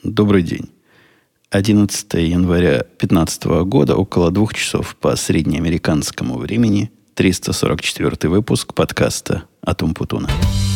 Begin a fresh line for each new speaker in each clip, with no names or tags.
Добрый день. 11 января 2015 года, около 2 часов по среднеамериканскому времени, 344 выпуск подкаста от Умпутуна.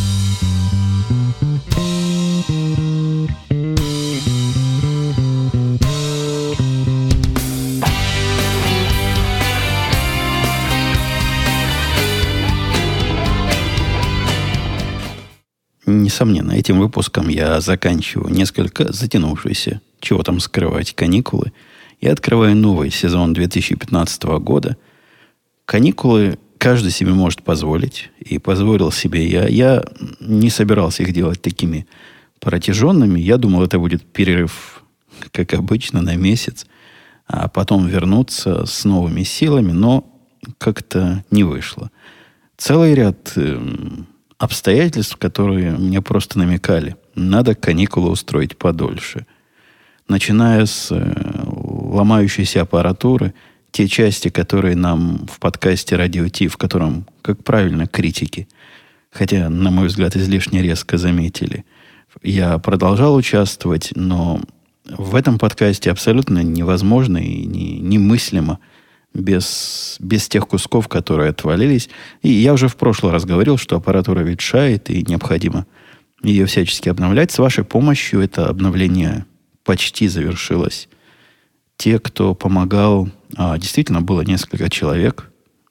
Несомненно, этим выпуском я заканчиваю несколько затянувшиеся, чего там скрывать, каникулы, и открываю новый сезон 2015 года. Каникулы каждый себе может позволить, и позволил себе я. Я не собирался их делать такими протяженными. Я думал, это будет перерыв, как обычно, на месяц, а потом вернуться с новыми силами, но как-то не вышло. Целый ряд обстоятельств, которые мне просто намекали. Надо каникулы устроить подольше. Начиная с ломающейся аппаратуры, те части, которые нам в подкасте «Радио Ти», в котором, как правильно, критики, хотя, на мой взгляд, излишне резко заметили, я продолжал участвовать, но в этом подкасте абсолютно невозможно и немыслимо без тех кусков, которые отвалились. И я уже в прошлый раз говорил, что аппаратура ветшает, и необходимо ее всячески обновлять. С вашей помощью это обновление почти завершилось. Те, кто помогал, действительно было несколько человек.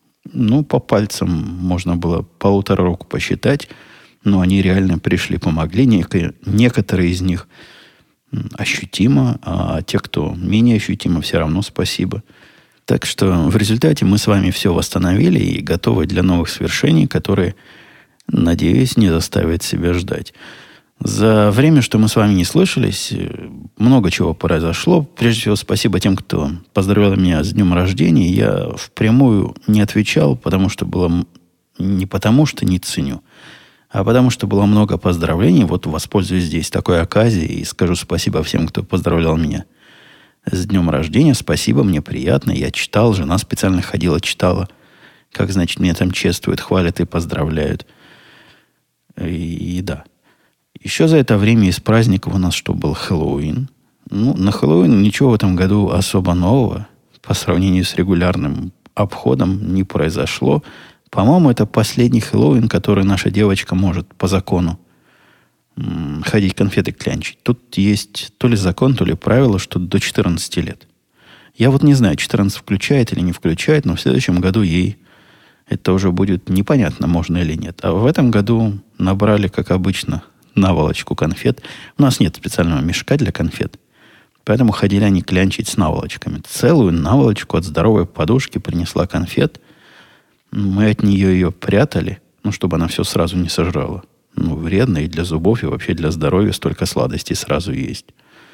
По пальцам можно было 1,5 рук посчитать, но они реально пришли, помогли. Некоторые из них ощутимо, а те, кто менее ощутимо, все равно спасибо. Так что в результате мы с вами все восстановили и готовы для новых свершений, которые, надеюсь, не заставят себя ждать. За время, что мы с вами не слышались, много чего произошло. Прежде всего, спасибо тем, кто поздравлял меня с днем рождения. Я впрямую не отвечал, потому что было не потому, что не ценю, а потому что было много поздравлений. Вот воспользуюсь здесь такой оказией и скажу спасибо всем, кто поздравлял меня с днем рождения. Спасибо, мне приятно. Я читал, жена специально ходила, читала. Как, значит, меня там чествуют, хвалят и поздравляют. И да. Еще за это время из праздников у нас что был? Хэллоуин. На Хэллоуин ничего в этом году особо нового по сравнению с регулярным обходом не произошло. По-моему, это последний Хэллоуин, который наша девочка может по закону ходить конфеты клянчить. Тут есть то ли закон, то ли правило, что до 14 лет. Я вот не знаю, 14 включает или не включает, но в следующем году ей это уже будет непонятно, можно или нет. А в этом году набрали, как обычно, наволочку конфет. У нас нет специального мешка для конфет, поэтому ходили они клянчить с наволочками. Целую наволочку от здоровой подушки принесла конфет. Мы от нее ее прятали, чтобы она все сразу не сожрала. Вредно и для зубов, и вообще для здоровья столько сладостей сразу есть.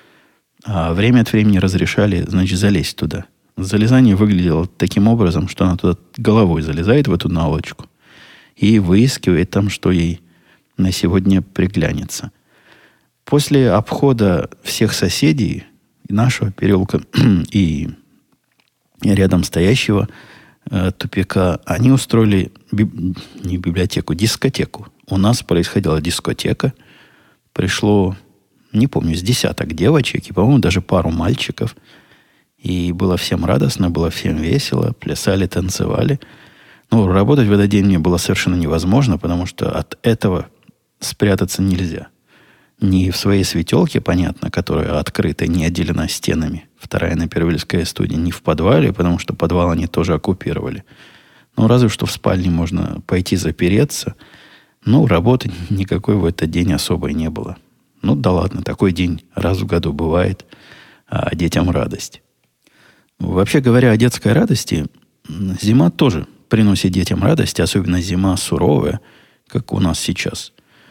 А время от времени разрешали, залезть туда. Залезание выглядело таким образом, что она туда головой залезает в эту наволочку и выискивает там, что ей на сегодня приглянется. После обхода всех соседей нашего переулка и рядом стоящего тупика, они устроили не библиотеку, дискотеку. У нас происходила дискотека. Пришло, не помню, с 10 девочек и, по-моему, даже пару мальчиков. И было всем радостно, было всем весело. Плясали, танцевали. Работать в этот день мне было совершенно невозможно, потому что от этого спрятаться нельзя. Не в своей светелке, понятно, которая открыта, не отделена стенами. Вторая на Первильской студии, не в подвале, потому что подвал они тоже оккупировали. Разве что в спальне можно пойти запереться. Работы никакой в этот день особой не было. Да ладно, такой день раз в году бывает, а детям радость. Вообще говоря о детской радости, зима тоже приносит детям радость, особенно зима суровая, как у нас сейчас.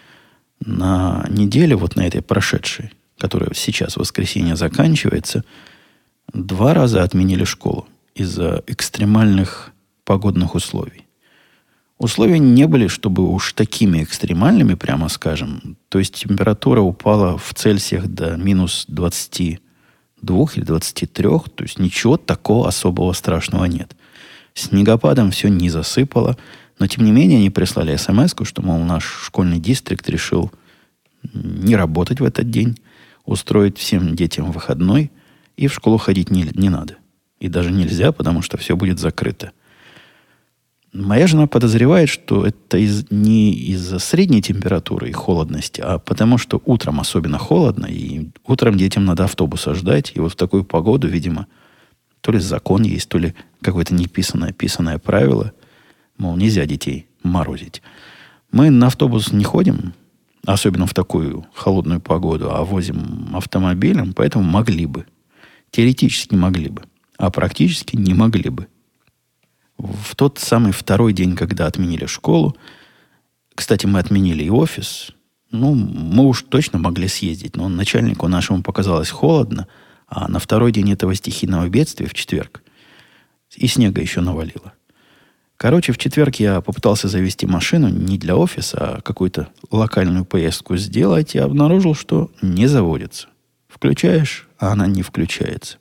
На неделе, на этой прошедшей, которая сейчас в воскресенье заканчивается, 2 раза отменили школу из-за экстремальных погодных условий. Условия не были, чтобы уж такими экстремальными, прямо скажем. То есть температура упала в Цельсиях до минус 22 или 23. То есть ничего такого особого страшного нет. Снегопадом все не засыпало. Но, тем не менее, они прислали смс-ку, что, мол, наш школьный дистрикт решил не работать в этот день. устроить всем детям выходной, и в школу ходить не надо. И даже нельзя, потому что все будет закрыто. Моя жена подозревает, что это не из-за средней температуры и холодности, а потому что утром особенно холодно, и утром детям надо автобуса ждать. И вот в такую погоду, видимо, то ли закон есть, то ли какое-то писанное правило, мол, нельзя детей морозить. Мы на автобус не ходим, особенно в такую холодную погоду, а возим автомобилем, поэтому могли бы. Теоретически могли бы, а практически не могли бы. В тот самый второй день, когда отменили школу, кстати, мы отменили и офис, мы уж точно могли съездить, но начальнику нашему показалось холодно, а на второй день этого стихийного бедствия, в четверг, и снега еще навалило. Короче, в четверг я попытался завести машину не для офиса, а какую-то локальную поездку сделать, и обнаружил, что не заводится. Включаешь, а она не включается.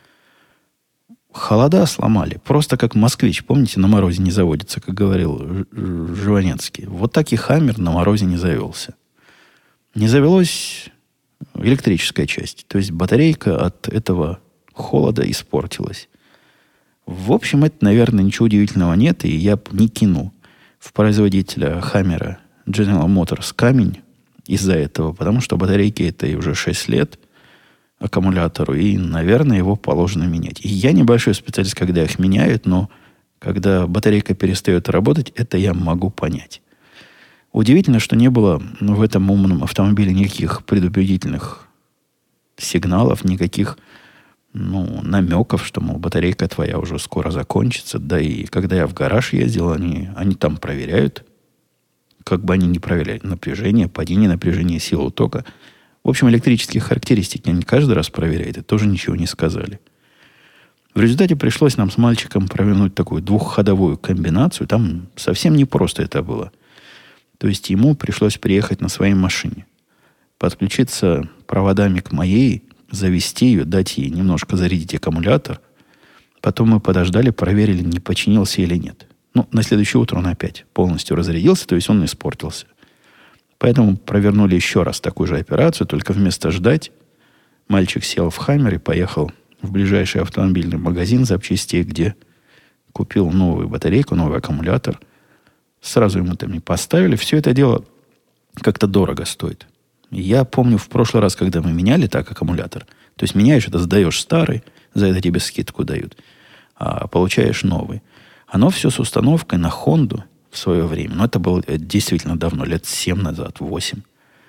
Холода сломали. Просто как москвич. Помните, на морозе не заводится, как говорил Жванецкий. Вот так и Хаммер на морозе не завелся. Не завелась электрическая часть. То есть батарейка от этого холода испортилась. В общем, это, наверное, ничего удивительного нет. И я не кину в производителя Хаммера General Motors камень из-за этого. Потому что батарейки это и уже 6 лет аккумулятору, и, наверное, его положено менять. И я небольшой специалист, когда их меняют, но когда батарейка перестает работать, это я могу понять. Удивительно, что не было в этом умном автомобиле никаких предупредительных сигналов, никаких намеков, что, мол, батарейка твоя уже скоро закончится. Да и когда я в гараж ездил, они там проверяют, как бы они ни проверяли напряжение, падение напряжения, силу тока. В общем, электрические характеристики они каждый раз проверяют, и тоже ничего не сказали. В результате пришлось нам с мальчиком провернуть такую двухходовую комбинацию. Там совсем непросто это было. То есть ему пришлось приехать на своей машине, подключиться проводами к моей, завести ее, дать ей немножко зарядить аккумулятор. Потом мы подождали, проверили, не починился или нет. На следующее утро он опять полностью разрядился, то есть он испортился. Поэтому провернули еще раз такую же операцию, только вместо ждать мальчик сел в Хаммер и поехал в ближайший автомобильный магазин запчастей, где купил новую батарейку, новый аккумулятор. Сразу ему там не поставили. Все это дело как-то дорого стоит. Я помню в прошлый раз, когда мы меняли так аккумулятор, то есть меняешь это, сдаешь старый, за это тебе скидку дают, а получаешь новый. Оно все с установкой на Хонду в свое время, но это было действительно давно, лет 7 назад, 8,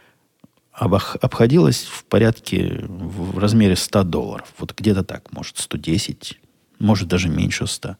обходилось в порядке, в размере $100. Вот где-то так, может, 110, может, даже меньше 100.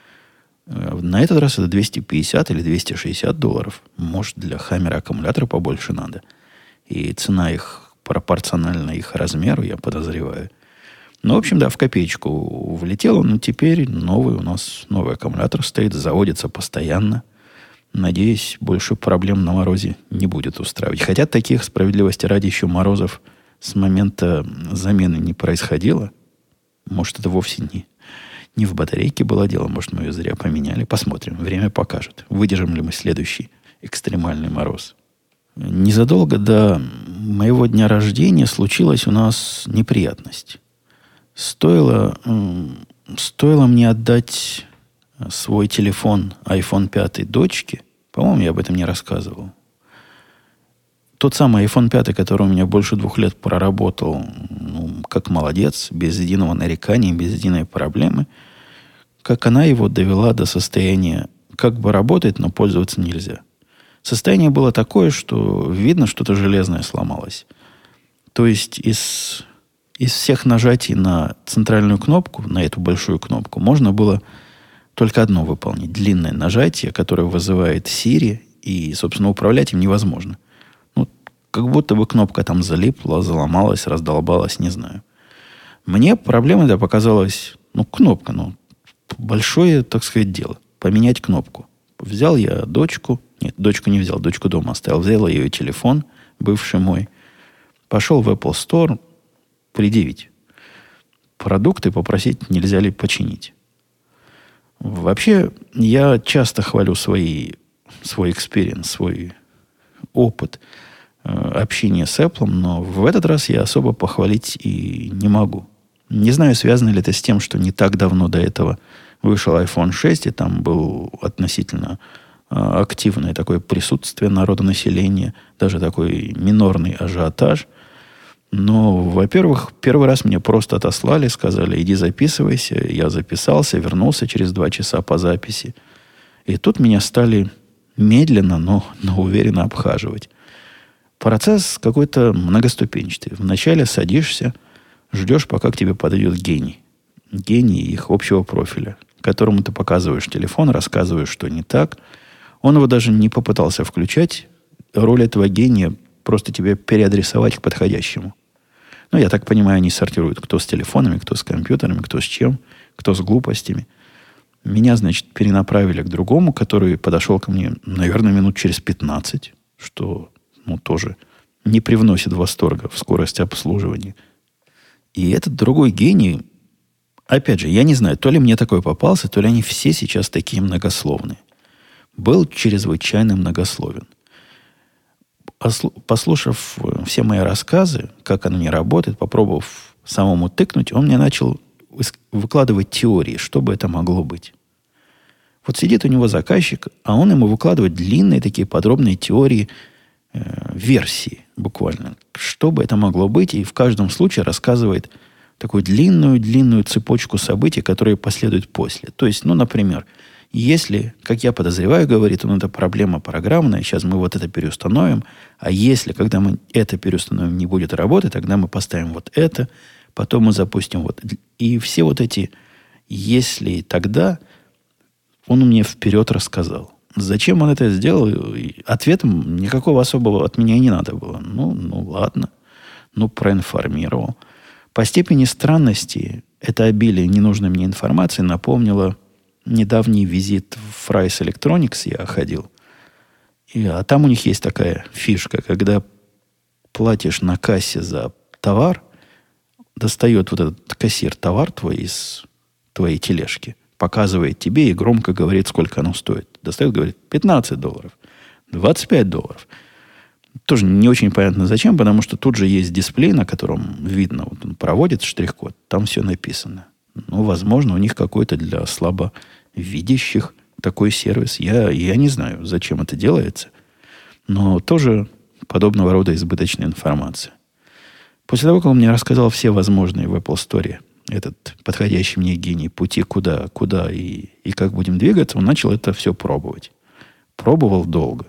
На этот раз это 250 или $260. Может, для Хаммера аккумулятора побольше надо. И цена их пропорциональна их размеру, я подозреваю. В общем, да, в копеечку влетело, но теперь новый аккумулятор стоит, заводится постоянно. Надеюсь, больше проблем на морозе не будет устраивать. Хотя таких, справедливости ради, еще морозов с момента замены не происходило. Может, это вовсе не в батарейке было дело. Может, мы ее зря поменяли. Посмотрим. Время покажет. Выдержим ли мы следующий экстремальный мороз. Незадолго до моего дня рождения случилась у нас неприятность. Стоило мне отдать свой телефон iPhone 5 дочке. По-моему, я об этом не рассказывал. Тот самый iPhone 5, который у меня больше 2 лет проработал, как молодец, без единого нарекания, без единой проблемы, как она его довела до состояния, как бы работает, но пользоваться нельзя. Состояние было такое, что видно, что-то железное сломалось. То есть из всех нажатий на центральную кнопку, на эту большую кнопку, можно было только одно выполнить. Длинное нажатие, которое вызывает Siri, и, собственно, управлять им невозможно. Как будто бы кнопка там залипла, заломалась, раздолбалась, не знаю. Мне проблемой это показалось, кнопка, большое, так сказать, дело. Поменять кнопку. Взял я дочку, нет, дочку не взял, дочку дома оставил. Взял ее телефон, бывший мой, пошел в Apple Store предъявить продукты, попросить, нельзя ли починить. Вообще, я часто хвалю свой экспириенс, свой опыт общения с Apple, но в этот раз я особо похвалить и не могу. Не знаю, связано ли это с тем, что не так давно до этого вышел iPhone 6, и там был относительно активное такое присутствие народонаселения, даже такой минорный ажиотаж. Но, во-первых, первый раз мне просто отослали, сказали, иди записывайся. Я записался, вернулся через 2 часа по записи. И тут меня стали медленно, но уверенно обхаживать. Процесс какой-то многоступенчатый. Вначале садишься, ждешь, пока к тебе подойдет гений. Гений их общего профиля, которому ты показываешь телефон, рассказываешь, что не так. Он его даже не попытался включать. Роль этого гения просто тебя переадресовать к подходящему. Ну, я так понимаю, они сортируют, кто с телефонами, кто с компьютерами, кто с чем, кто с глупостями. Меня, значит, перенаправили к другому, который подошел ко мне, наверное, минут через 15, что, тоже не привносит восторга в скорость обслуживания. И этот другой гений, опять же, я не знаю, то ли мне такой попался, то ли они все сейчас такие многословные. Был чрезвычайно многословен. Послушав все мои рассказы, как оно не работает, попробовав самому тыкнуть, он мне начал выкладывать теории, что бы это могло быть. Вот сидит у него заказчик, а он ему выкладывает длинные такие подробные теории, версии буквально, что бы это могло быть, и в каждом случае рассказывает такую длинную цепочку событий, которые последуют после. То есть, например, если, как я подозреваю, говорит он, это проблема программная, сейчас мы вот это переустановим, а если, когда мы это переустановим, не будет работать, тогда мы поставим вот это, потом мы запустим вот. И все вот эти «если» и «тогда» он мне вперед рассказал. Зачем он это сделал? Ответом никакого особого от меня и не надо было. Ладно. Проинформировал. По степени странности это обилие ненужной мне информации напомнило недавний визит в Fry's Electronics я ходил. А там у них есть такая фишка, когда платишь на кассе за товар, достает вот этот кассир товар твой из твоей тележки, показывает тебе и громко говорит, сколько оно стоит. Достает, говорит, $15, $25. Тоже не очень понятно зачем, потому что тут же есть дисплей, на котором видно, вот он проводит штрих-код, там все написано. Возможно, у них какой-то для слабовидящих такой сервис. Я не знаю, зачем это делается, но тоже подобного рода избыточная информация. После того, как он мне рассказал все возможные в Apple Store, этот подходящий мне гений, пути куда и как будем двигаться, он начал это все пробовать. Пробовал долго.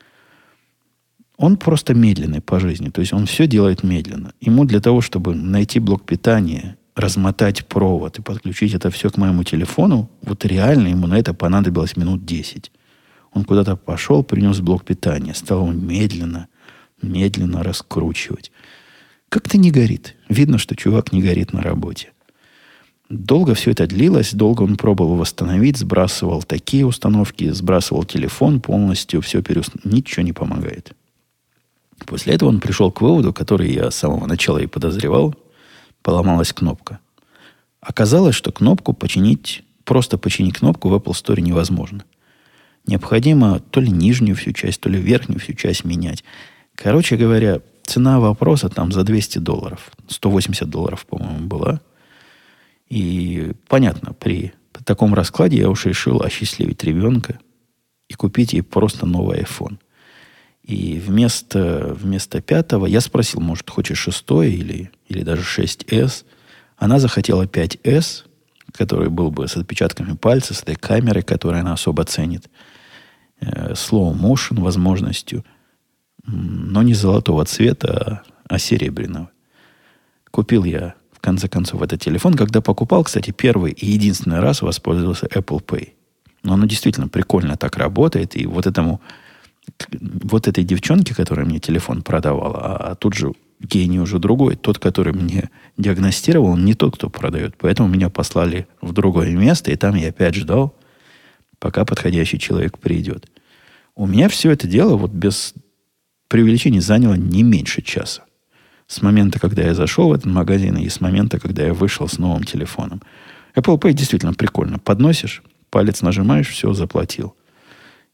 Он просто медленный по жизни. То есть он все делает медленно. Ему для того, чтобы найти блок питания, размотать провод и подключить это все к моему телефону, вот реально ему на это понадобилось минут 10. Он куда-то пошел, принес блок питания. Стал он медленно раскручивать. Как-то не горит. Видно, что чувак не горит на работе. Долго все это длилось, долго он пробовал восстановить, сбрасывал такие установки, сбрасывал телефон полностью, все ничего не помогает. После этого он пришел к выводу, который я с самого начала и подозревал, поломалась кнопка. Оказалось, что кнопку починить, просто починить кнопку в Apple Store невозможно. Необходимо то ли нижнюю всю часть, то ли верхнюю всю часть менять. Короче говоря, цена вопроса там за $200. $180, по-моему, была. И понятно, при таком раскладе я уж решил осчастливить ребенка и купить ей просто новый iPhone. И вместо 5 я спросил, может, хочешь 6 или даже 6S. Она захотела 5S, который был бы с отпечатками пальца, с этой камерой, которую она особо ценит. Slow motion возможностью, но не золотого цвета, а серебряного. Купил я, в конце концов, этот телефон. Когда покупал, кстати, первый и единственный раз воспользовался Apple Pay. Но оно действительно прикольно так работает. И вот этой девчонке, которая мне телефон продавала, а тут же гений уже другой, тот, который мне диагностировал, он не тот, кто продает. Поэтому меня послали в другое место, и там я опять ждал, пока подходящий человек придет. У меня все это дело вот без преувеличений заняло не меньше часа. С момента, когда я зашел в этот магазин, и с момента, когда я вышел с новым телефоном. Apple Pay действительно прикольно. Подносишь, палец нажимаешь, все, заплатил.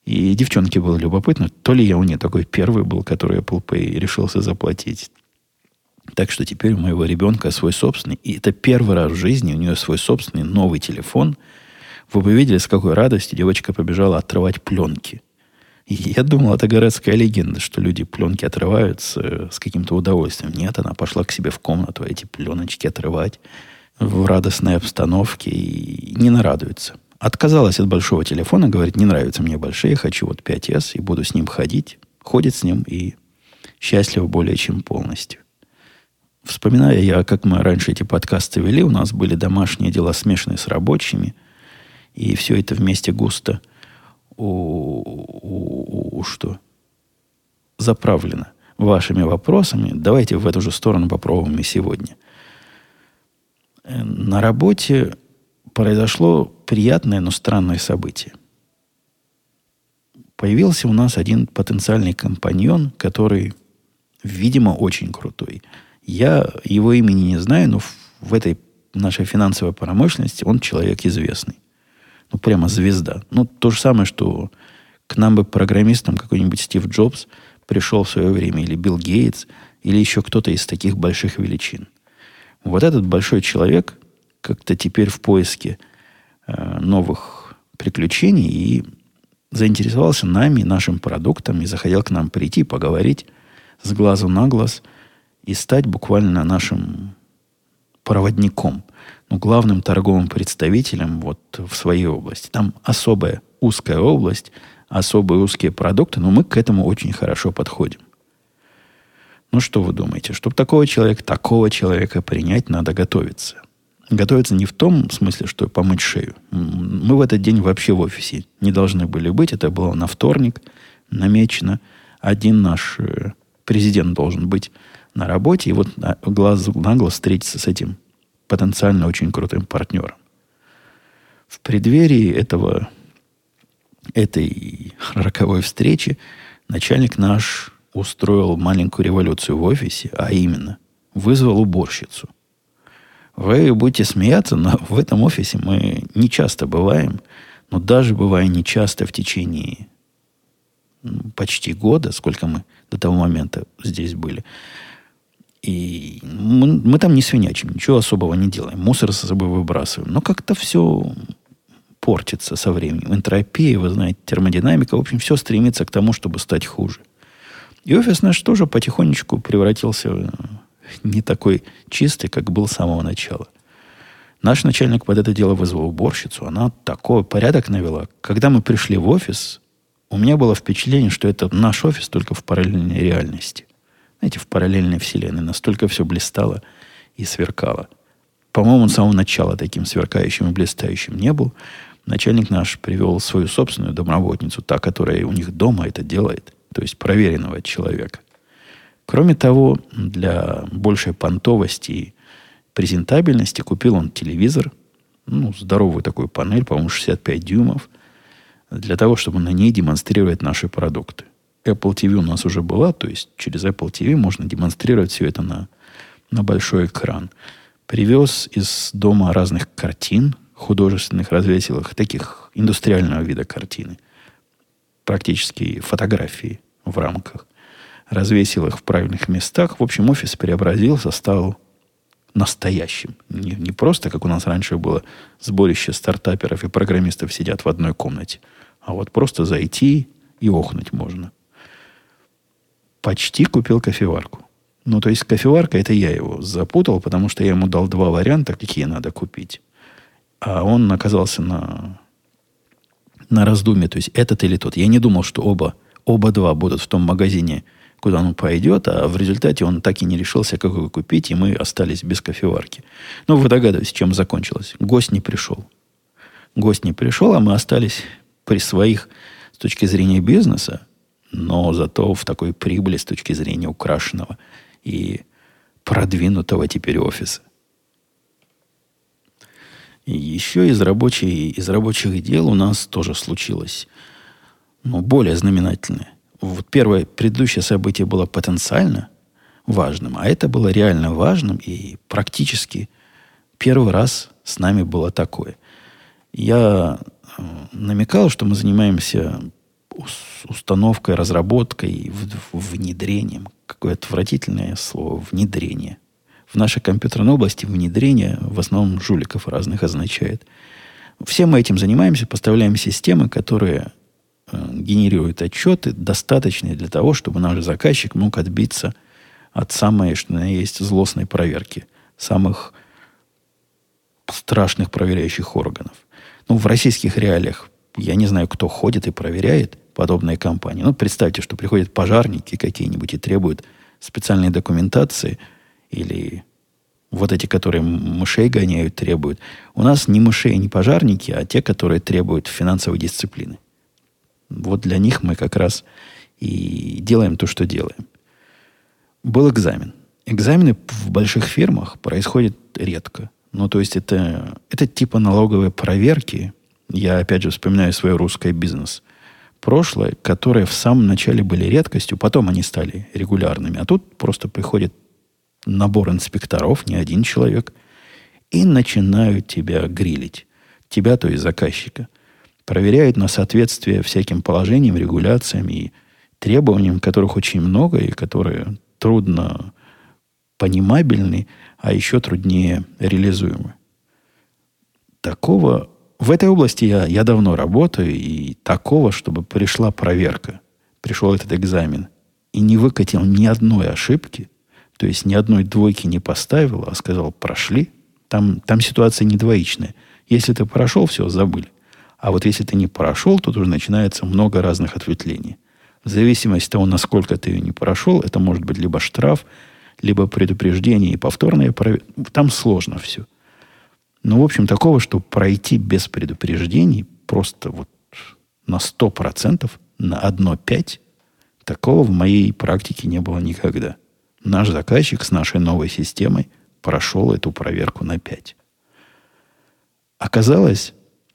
И девчонке было любопытно, то ли я у нее такой первый был, который Apple Pay решился заплатить. Так что теперь у моего ребенка свой собственный. И это первый раз в жизни у нее свой собственный новый телефон. Вы бы видели, с какой радостью девочка побежала отрывать пленки. И я думал, это городская легенда, что люди пленки отрывают с каким-то удовольствием. Нет, она пошла к себе в комнату эти пленочки отрывать в радостной обстановке и не нарадуется. Отказалась от большого телефона, говорит, не нравятся мне большие, хочу вот 5S и буду с ним ходить. Ходит с ним и счастлива более чем полностью. Вспоминая я, как мы раньше эти подкасты вели, у нас были домашние дела, смешанные с рабочими, и все это вместе густо что? Заправлено вашими вопросами. Давайте в эту же сторону попробуем и сегодня. На работе произошло приятное, но странное событие. Появился у нас один потенциальный компаньон, который, видимо, очень крутой. Я его имени не знаю, но в этой нашей финансовой промышленности он человек известный. Ну, прямо звезда. Ну, то же самое, что к нам бы программистам какой-нибудь Стив Джобс пришел в свое время, или Билл Гейтс, или еще кто-то из таких больших величин. Вот этот большой человек как-то теперь в поиске новых приключений и заинтересовался нами, нашим продуктом, и захотел к нам прийти, поговорить с глазу на глаз и стать буквально нашим проводником, ну, главным торговым представителем вот в своей области. Там особая узкая область, особые узкие продукты, но мы к этому очень хорошо подходим. Ну, что вы думаете? Чтобы такого человека принять, надо готовиться. Готовиться не в том смысле, что помыть шею. Мы в этот день вообще в офисе не должны были быть. Это было на вторник намечено. Один наш президент должен быть на работе, и вот глаз на глаз встретиться с этим потенциально очень крутым партнером. В преддверии этой роковой встречи начальник наш устроил маленькую революцию в офисе, а именно вызвал уборщицу. Вы будете смеяться, но в этом офисе мы не часто бываем, но даже бывая не часто в течение почти года, сколько мы до того момента здесь были, и мы там не свинячим, ничего особого не делаем. Мусор за собой выбрасываем. Но как-то все портится со временем. Энтропия, вы знаете, термодинамика. В общем, все стремится к тому, чтобы стать хуже. И офис наш тоже потихонечку превратился в не такой чистый, как был с самого начала. Наш начальник под это дело вызвал уборщицу. Она такой порядок навела. Когда мы пришли в офис, у меня было впечатление, что это наш офис только в параллельной реальности. Знаете, в параллельной вселенной настолько все блистало и сверкало. По-моему, с самого начала таким сверкающим и блистающим не был. Начальник наш привел свою собственную домработницу, та, которая у них дома это делает, то есть проверенного человека. Кроме того, для большей понтовости и презентабельности купил он телевизор, ну, здоровую такую панель, по-моему, 65 дюймов, для того, чтобы на ней демонстрировать наши продукты. Apple TV у нас уже была, то есть через Apple TV можно демонстрировать все это на большой экран. Привез из дома разных картин художественных, развесил их, таких индустриального вида картины. Практически фотографии в рамках. Развесил их в правильных местах. В общем, офис преобразился, стал настоящим. Не просто, как у нас раньше было, сборище стартаперов и программистов сидят в одной комнате. А вот просто зайти и охнуть можно. Почти купил кофеварку. Ну, то есть кофеварка, это я его запутал, потому что я ему дал два варианта, какие надо купить. А он оказался на раздумье, то есть этот или тот. Я не думал, что оба два будут в том магазине, куда он пойдет, а в результате он так и не решился, какой купить, и мы остались без кофеварки. Ну, вы догадываетесь, чем закончилось. Гость не пришел. Гость не пришел, а мы остались при своих, с точки зрения бизнеса, но зато в такой прибыли с точки зрения украшенного и продвинутого теперь офиса. И еще из рабочих дел у нас тоже случилось, более знаменательное. Вот первое, предыдущее событие было потенциально важным, а это было реально важным, и практически первый раз с нами было такое. Я намекал, что мы занимаемся установкой, разработкой, внедрением. Какое отвратительное слово внедрение. В нашей компьютерной области внедрение в основном жуликов разных означает. Все мы этим занимаемся, поставляем системы, которые генерируют отчеты, достаточные для того, чтобы наш заказчик мог отбиться от самой, что на есть, злостной проверки, самых страшных проверяющих органов. Ну, в российских реалиях я не знаю, кто ходит и проверяет подобные компании. Ну, представьте, что приходят пожарники какие-нибудь и требуют специальной документации или вот эти, которые мышей гоняют, требуют. У нас не мышей, не пожарники, а те, которые требуют финансовой дисциплины. Вот для них мы как раз и делаем то, что делаем. Был экзамен. Экзамены в больших фирмах происходят редко. Ну, то есть это типа налоговой проверки. Я, опять же, вспоминаю свое русское бизнес-прошлое, которые в самом начале были редкостью, потом они стали регулярными. А тут просто приходит набор инспекторов, не один человек, и начинают тебя грилить. Тебя, то есть заказчика. Проверяют на соответствие всяким положениям, регуляциям и требованиям, которых очень много и которые трудно понимабельны, а еще труднее реализуемы. Такого в этой области я давно работаю, и такого, чтобы пришла проверка, пришел этот экзамен, и не выкатил ни одной ошибки, то есть ни одной двойки не поставил, а сказал, прошли, там ситуация не двоичная. Если ты прошел, все, забыли. А вот если ты не прошел, тут уже начинается много разных ответвлений. В зависимости от того, насколько ты ее не прошел, это может быть либо штраф, либо предупреждение и повторное проверка. Там сложно все. Но, в общем, такого, чтобы пройти без предупреждений, просто вот на 100%, на 1,5, такого в моей практике не было никогда. Наш заказчик с нашей новой системой прошел эту проверку на 5. Оказалось,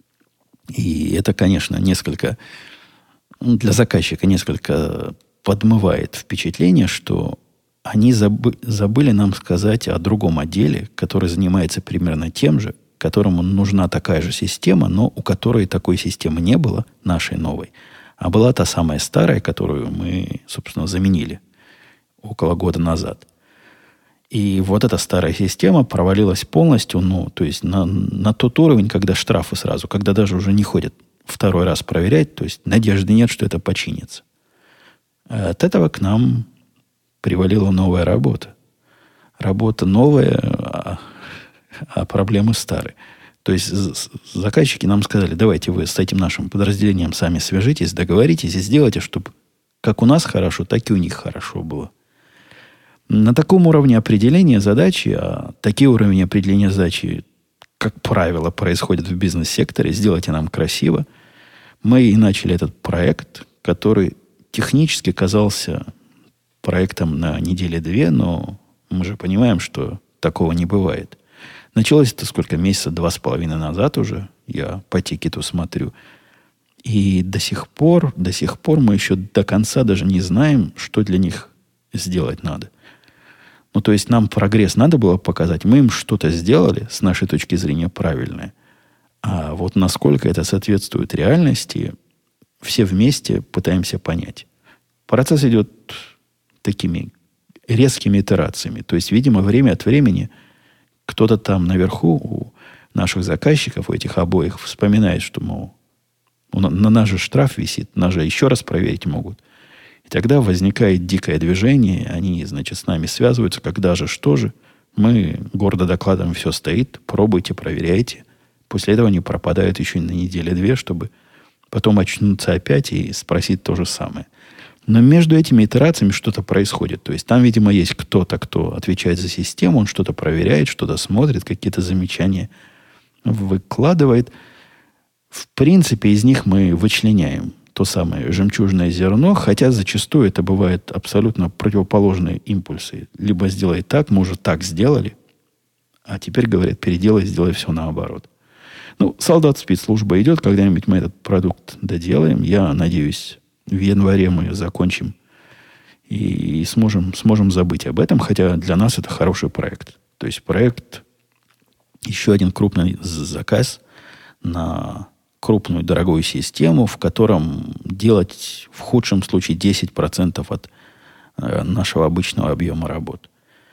и это, конечно, несколько для заказчика несколько подмывает впечатление, что они забыли нам сказать о другом отделе, который занимается примерно тем же, которому нужна такая же система, но у которой такой системы не было, нашей новой, а была та самая старая, которую мы, собственно, заменили около года назад. И вот эта старая система провалилась полностью, ну, то есть на тот уровень, когда штрафы сразу, когда даже уже не ходят второй раз проверять, то есть надежды нет, что это починится. А от этого к нам привалила новая работа. Работа новая, а проблемы старые. То есть заказчики нам сказали, давайте вы с этим нашим подразделением сами свяжитесь, договоритесь и сделайте, чтобы как у нас хорошо, так и у них хорошо было. На таком уровне определения задачи, а такие уровни определения задачи, как правило, происходят в бизнес-секторе, сделайте нам красиво, мы и начали этот проект, который технически казался проектом на неделе-две, но мы же понимаем, что такого не бывает. Началось это сколько? Месяца 2,5 назад уже, я по тикету смотрю. И до сих пор мы еще до конца даже не знаем, что для них сделать надо. Ну, то есть нам прогресс надо было показать. Мы им что-то сделали, с нашей точки зрения, правильное. А вот насколько это соответствует реальности, все вместе пытаемся понять. Процесс идет такими резкими итерациями. То есть, видимо, время от времени кто-то там наверху у наших заказчиков, у этих обоих, вспоминает, что, мол, на нас же штраф висит, нас же еще раз проверить могут. И тогда возникает дикое движение, они, значит, с нами связываются, когда же, что же. Мы гордо докладываем, все стоит, пробуйте, проверяйте. После этого они пропадают еще на неделю-две, чтобы потом очнуться опять и спросить то же самое. Но между этими итерациями что-то происходит. То есть там, видимо, есть кто-то, кто отвечает за систему, он что-то проверяет, что-то смотрит, какие-то замечания выкладывает. В принципе, из них мы вычленяем то самое жемчужное зерно, хотя зачастую это бывают абсолютно противоположные импульсы. Либо сделай так, мы уже так сделали, а теперь говорят, переделай, сделай все наоборот. Ну, солдат спецслужба идет, когда-нибудь мы этот продукт доделаем. Я надеюсь, в январе мы закончим и сможем забыть об этом, хотя для нас это хороший проект. То есть проект, еще один крупный заказ на крупную, дорогую систему, в котором делать в худшем случае 10% от нашего обычного объема работ.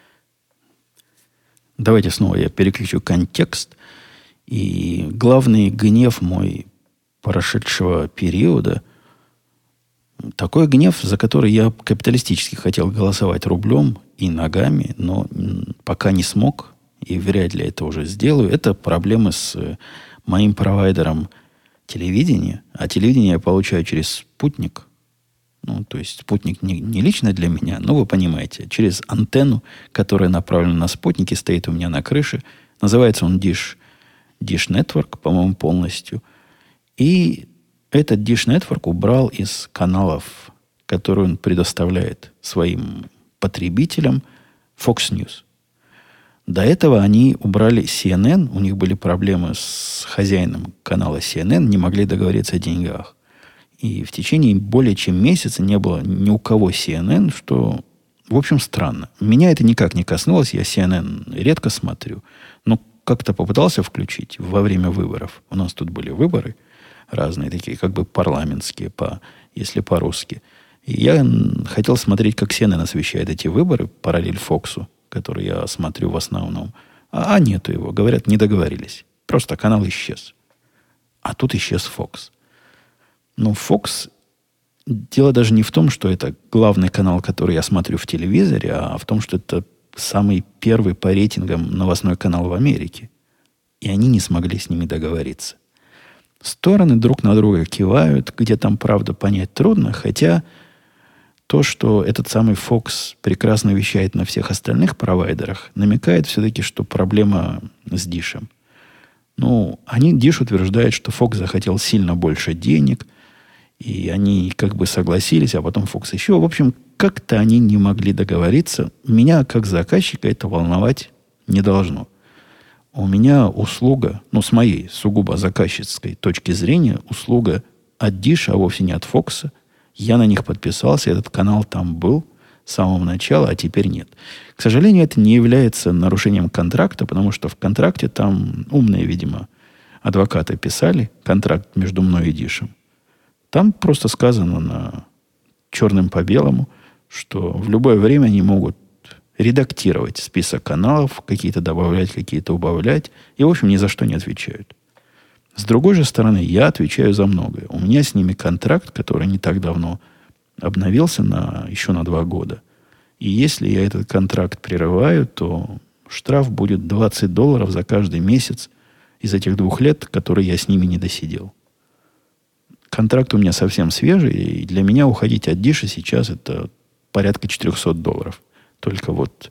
Давайте снова я переключу контекст. И главный гнев мой прошедшего периода, такой гнев, за который я капиталистически хотел голосовать рублем и ногами, но пока не смог, и вряд ли это уже сделаю, это проблемы с моим провайдером телевидения. А телевидение я получаю через спутник. Ну, то есть спутник не лично для меня, но вы понимаете, через антенну, которая направлена на спутники, стоит у меня на крыше. Называется он Dish Network, по-моему, полностью. И этот Dish Network убрал из каналов, которые он предоставляет своим потребителям, Fox News. До этого они убрали CNN, у них были проблемы с хозяином канала CNN, не могли договориться о деньгах. И в течение более чем месяца не было ни у кого CNN, что, в общем, странно. Меня это никак не коснулось, я CNN редко смотрю, но как-то попытался включить во время выборов. У нас тут были выборы разные, такие как бы парламентские, если по-русски. И я хотел смотреть, как CNN освещает эти выборы, параллель Фоксу, который я смотрю в основном. А нету его. Говорят, не договорились. Просто канал исчез. А тут исчез Fox. Но Fox... Дело даже не в том, что это главный канал, который я смотрю в телевизоре, а в том, что это самый первый по рейтингам новостной канал в Америке. И они не смогли с ними договориться. Стороны друг на друга кивают, где там правда понять трудно, хотя то, что этот самый Fox прекрасно вещает на всех остальных провайдерах, намекает все-таки, что проблема с Дишем. Ну, Диш утверждает, что Fox захотел сильно больше денег, и они как бы согласились, а потом Fox еще. В общем, как-то они не могли договориться. Меня, как заказчика, это волновать не должно. У меня услуга, с моей сугубо заказчицкой точки зрения, услуга от Dish, а вовсе не от Fox. Я на них подписался, этот канал там был с самого начала, а теперь нет. К сожалению, это не является нарушением контракта, потому что в контракте там умные, видимо, адвокаты писали контракт между мной и Дишем. Там просто сказано черным по белому, что в любое время они могут редактировать список каналов, какие-то добавлять, какие-то убавлять, и, в общем, ни за что не отвечают. С другой же стороны, я отвечаю за многое. У меня с ними контракт, который не так давно обновился еще на 2 года. И если я этот контракт прерываю, то штраф будет $20 за каждый месяц из этих 2 лет, которые я с ними не досидел. Контракт у меня совсем свежий, и для меня уходить от Диша сейчас это порядка $400. Только вот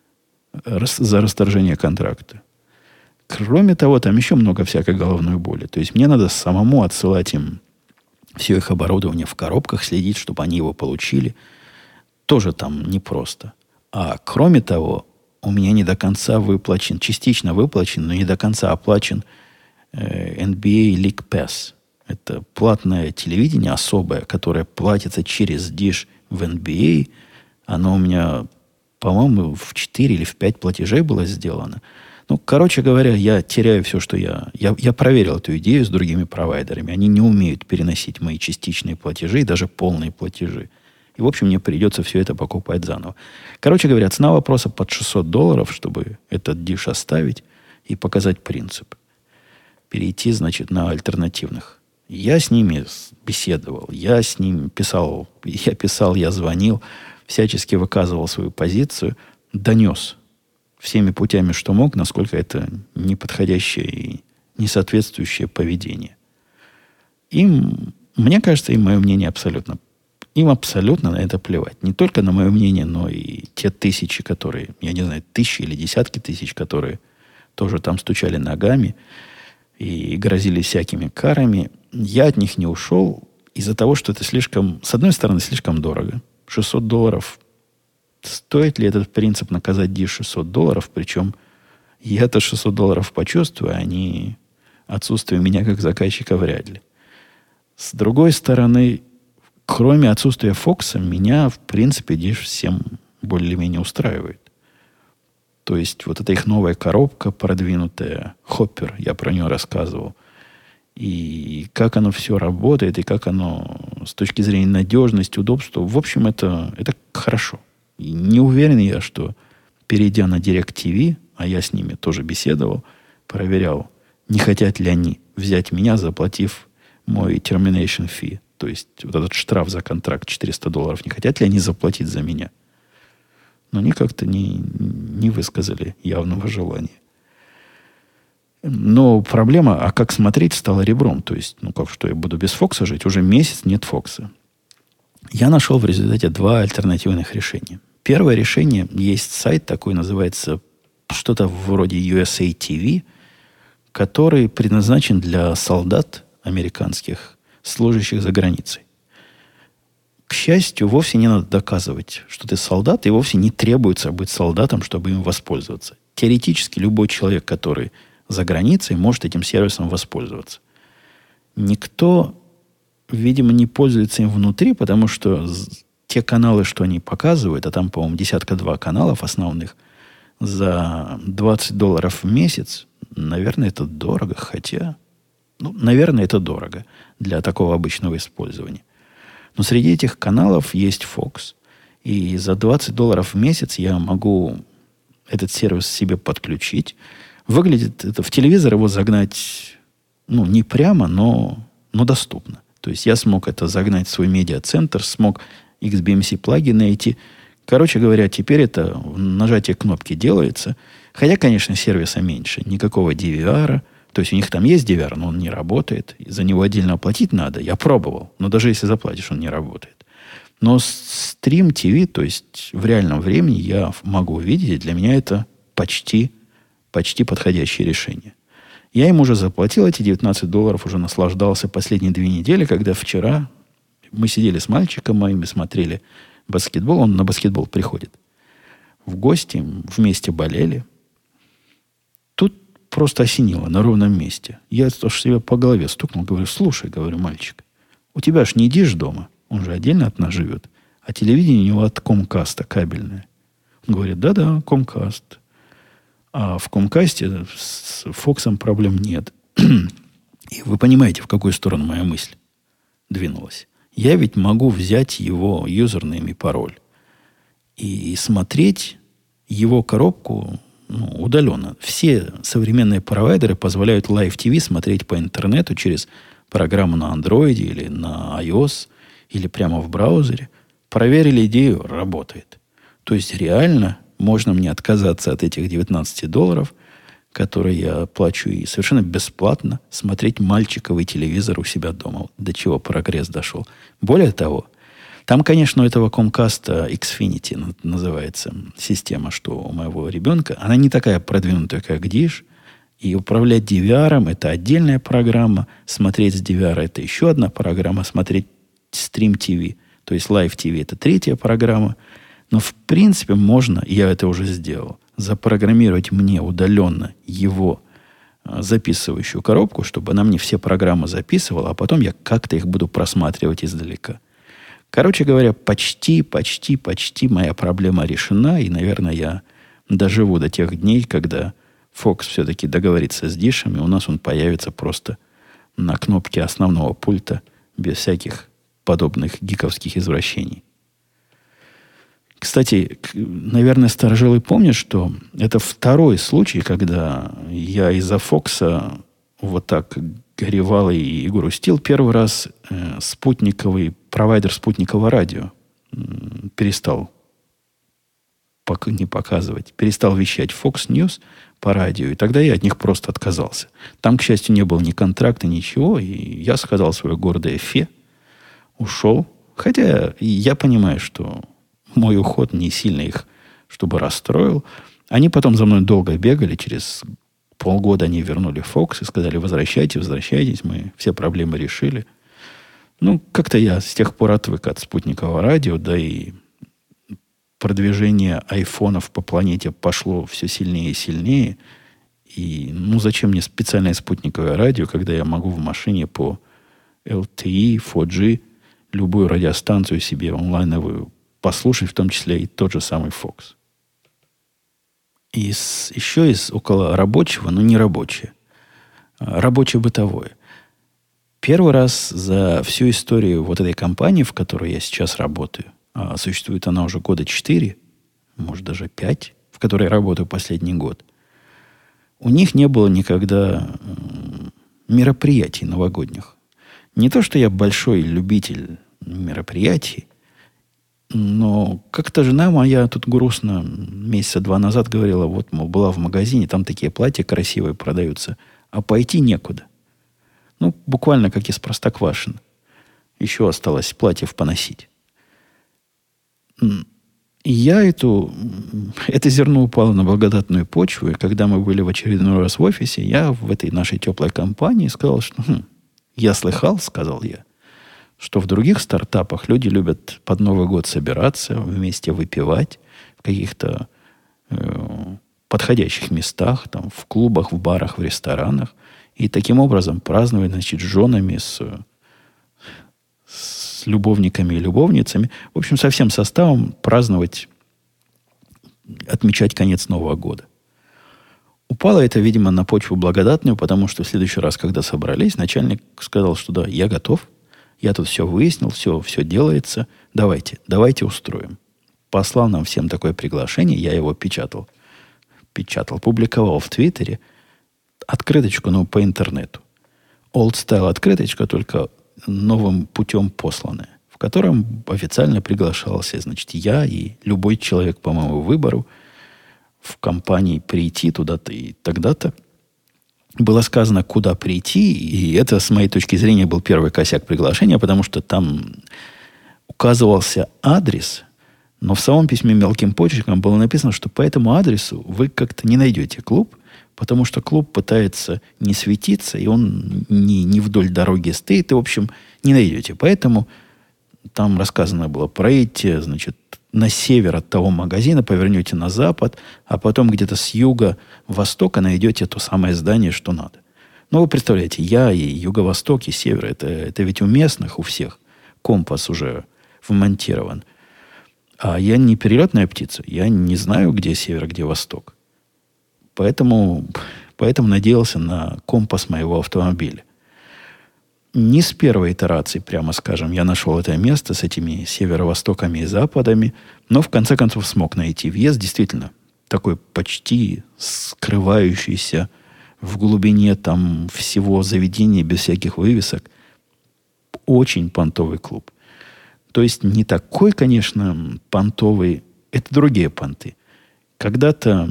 за расторжение контракта. Кроме того, там еще много всякой головной боли. То есть мне надо самому отсылать им все их оборудование в коробках, следить, чтобы они его получили. Тоже там непросто. А кроме того, у меня не до конца выплачен, частично выплачен, но не до конца оплачен NBA League Pass. Это платное телевидение особое, которое платится через Dish в NBA. Оно у меня, по-моему, в 4 или в 5 платежей было сделано. Короче говоря, я теряю все, что я проверил эту идею с другими провайдерами. Они не умеют переносить мои частичные платежи и даже полные платежи. И, в общем, мне придется все это покупать заново. Короче говоря, цена вопроса под $600, чтобы этот Dish оставить и показать принцип. Перейти, значит, на альтернативных. Я с ними беседовал, я с ними писал, я звонил, всячески выказывал свою позицию, донес всеми путями, что мог, насколько это неподходящее и несоответствующее поведение. Мне кажется, им мое мнение абсолютно на это плевать. Не только на мое мнение, но и те тысячи, которые, я не знаю, тысячи или десятки тысяч, которые тоже там стучали ногами и грозили всякими карами. Я от них не ушел из-за того, что это слишком, с одной стороны, слишком дорого. $600. Стоит ли этот принцип наказать Dish $600? Причем я-то $600 почувствую, а не отсутствие меня как заказчика вряд ли. С другой стороны, кроме отсутствия Фокса, меня, в принципе, Dish всем более-менее устраивает. То есть вот эта их новая коробка продвинутая, Hopper, я про нее рассказывал. и как оно все работает, и как оно с точки зрения надежности, удобства. В общем, это хорошо. И не уверен я, что перейдя на DirecTV, а я с ними тоже беседовал, проверял, не хотят ли они взять меня, заплатив мой termination fee, то есть вот этот штраф за контракт $400, не хотят ли они заплатить за меня. Но они как-то не высказали явного желания. Но проблема, а как смотреть, стала ребром. То есть, как что, я буду без Фокса жить? Уже месяц нет Фокса. Я нашел в результате два альтернативных решения. Первое решение, есть сайт такой, называется что-то вроде USA TV, который предназначен для солдат американских, служащих за границей. К счастью, вовсе не надо доказывать, что ты солдат, и вовсе не требуется быть солдатом, чтобы им воспользоваться. Теоретически любой человек, который за границей, может этим сервисом воспользоваться. Никто, видимо, не пользуется им внутри, потому что те каналы, что они показывают, а там, по-моему, 12 каналов основных, за $20 в месяц, наверное, это дорого, хотя, наверное, это дорого для такого обычного использования. Но среди этих каналов есть Fox. И за $20 в месяц я могу этот сервис себе подключить. Выглядит это в телевизор его загнать, не прямо, но доступно. То есть я смог это загнать в свой медиацентр, смог XBMC плагин найти. Короче говоря, теперь это нажатие кнопки делается. Хотя, конечно, сервиса меньше. Никакого DVR. То есть у них там есть DVR, но он не работает. И за него отдельно оплатить надо. Я пробовал. Но даже если заплатишь, он не работает. Но стрим ТВ, то есть в реальном времени я могу увидеть. И для меня это почти подходящее решение. Я им уже заплатил эти $19, уже наслаждался последние 2 недели, когда вчера мы сидели с мальчиком моим и смотрели баскетбол. Он на баскетбол приходит в гости, вместе болели. Тут просто осенило на ровном месте. Я тоже себя по голове стукнул, говорю, слушай, говорю, мальчик, у тебя ж не Диш дома, он же отдельно от нас живет, а телевидение у него от Комкаста кабельное. Он говорит, да, Комкаст. А в Комкасте с Фоксом проблем нет. И вы понимаете, в какую сторону моя мысль двинулась. Я ведь могу взять его юзернейм и пароль и смотреть его коробку удаленно. Все современные провайдеры позволяют Live TV смотреть по интернету через программу на Android или на iOS, или прямо в браузере. Проверили идею, работает. То есть реально можно мне отказаться от этих $19, которые я плачу, и совершенно бесплатно смотреть мальчиковый телевизор у себя дома. До чего прогресс дошел. Более того, там, конечно, у этого Comcast Xfinity называется система, что у моего ребенка. Она не такая продвинутая, как Dish. И управлять DVR это отдельная программа. Смотреть с DVR это еще одна программа. Смотреть Stream TV, то есть Live TV, это третья программа. Но в принципе можно, я это уже сделал, запрограммировать мне удаленно его записывающую коробку, чтобы она мне все программы записывала, а потом я как-то их буду просматривать издалека. Короче говоря, почти моя проблема решена, и, наверное, я доживу до тех дней, когда Fox все-таки договорится с Дишем, и у нас он появится просто на кнопке основного пульта, без всяких подобных гиковских извращений. Кстати, наверное, старожилы помнят, что это второй случай, когда я из-за Фокса вот так горевал и грустил. Первый раз спутниковый провайдер спутникового радио перестал не показывать, перестал вещать Fox News по радио, и тогда я от них просто отказался. Там, к счастью, не было ни контракта, ничего, и я сказал свое гордое фе, ушел. Хотя я понимаю, что мой уход не сильно их, чтобы расстроил. Они потом за мной долго бегали. Через полгода они вернули Fox и сказали, возвращайтесь, мы все проблемы решили. Как-то я с тех пор отвык от спутникового радио, да и продвижение айфонов по планете пошло все сильнее и сильнее. И зачем мне специальное спутниковое радио, когда я могу в машине по LTE, 4G любую радиостанцию себе онлайновую послушать, в том числе и тот же самый Fox. Еще из около рабочего, но не рабочее. Рабочее-бытовое. Первый раз за всю историю вот этой компании, в которой я сейчас работаю, а существует она уже года 4, может даже 5, в которой я работаю последний год, у них не было никогда мероприятий новогодних. Не то, что я большой любитель мероприятий, но как-то жена моя тут грустно месяца 2 назад говорила, вот, мол, была в магазине, там такие платья красивые продаются, а пойти некуда. Ну, буквально как из Простоквашино. Еще осталось платьев поносить. И я это зерно упало на благодатную почву, и когда мы были в очередной раз в офисе, я в этой нашей теплой компании сказал, что я слыхал, сказал я, что в других стартапах люди любят под Новый год собираться, вместе выпивать в каких-то подходящих местах, там, в клубах, в барах, в ресторанах, и таким образом праздновать, значит, с женами, с любовниками и любовницами, в общем, со всем составом праздновать, отмечать конец Нового года. Упало это, видимо, на почву благодатную, потому что в следующий раз, когда собрались, начальник сказал, что да, я готов, я тут все выяснил, все делается, давайте устроим. Послал нам всем такое приглашение, я его печатал, публиковал в Твиттере, открыточку, по интернету. Old Style открыточка, только новым путем посланная, в котором официально приглашался, значит, я и любой человек по моему выбору в компании прийти туда-то и тогда-то. Было сказано, куда прийти, и это, с моей точки зрения, был первый косяк приглашения, потому что там указывался адрес, но в самом письме мелким почерком было написано, что по этому адресу вы как-то не найдете клуб, потому что клуб пытается не светиться, и он не вдоль дороги стоит, и, в общем, не найдете. Поэтому там рассказано было, проедьте, значит, на север от того магазина, повернете на запад, а потом где-то с юга-востока найдете то самое здание, что надо. Ну, вы представляете, я и юго-восток, и север, это ведь у местных, у всех компас уже вмонтирован. А я не перелетная птица, я не знаю, где север, где восток. Поэтому надеялся на компас моего автомобиля. Не с первой итерации, прямо скажем, я нашел это место с этими северо-востоками и западами, но в конце концов смог найти въезд, действительно, такой почти скрывающийся в глубине там всего заведения, без всяких вывесок. Очень понтовый клуб. То есть не такой, конечно, понтовый, это другие понты. Когда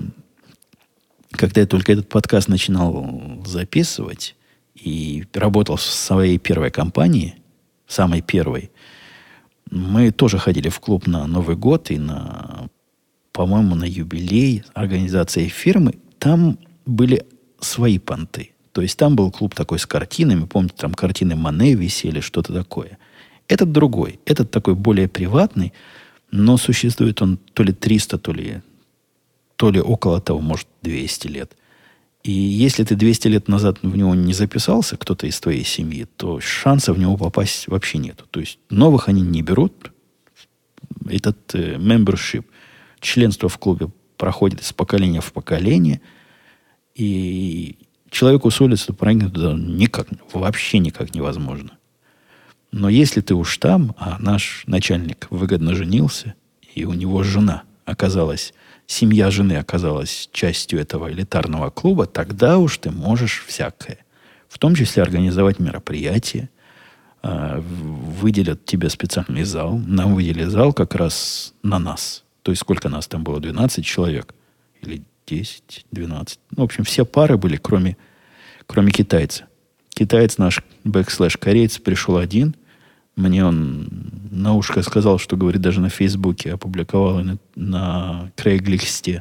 я только этот подкаст начинал записывать и работал в своей первой компании, самой первой, мы тоже ходили в клуб на Новый год и по-моему, на юбилей организации фирмы. Там были свои понты. То есть там был клуб такой с картинами. Помните, там картины Мане висели, что-то такое. Этот другой. Этот такой более приватный, но существует он то ли 300, то ли около того, может, 200 лет. И если ты 200 лет назад в него не записался, кто-то из твоей семьи, то шансов в него попасть вообще нету. То есть новых они не берут. Этот membership, членство в клубе проходит из поколения в поколение. И человеку с улицы проникнуть туда вообще никак невозможно. Но если ты уж там, а наш начальник выгодно женился, и у него семья жены оказалась частью этого элитарного клуба, тогда уж ты можешь всякое. В том числе организовать мероприятие, выделят тебе специальный зал. Нам выделили зал как раз на нас. То есть сколько нас там было? 12 человек? Или 10, 12? В общем, все пары были, кроме китайца. Китаец наш, /кореец, пришел один. Мне он на ушко сказал, что, говорит, даже на Фейсбуке опубликовал на Крейглисте.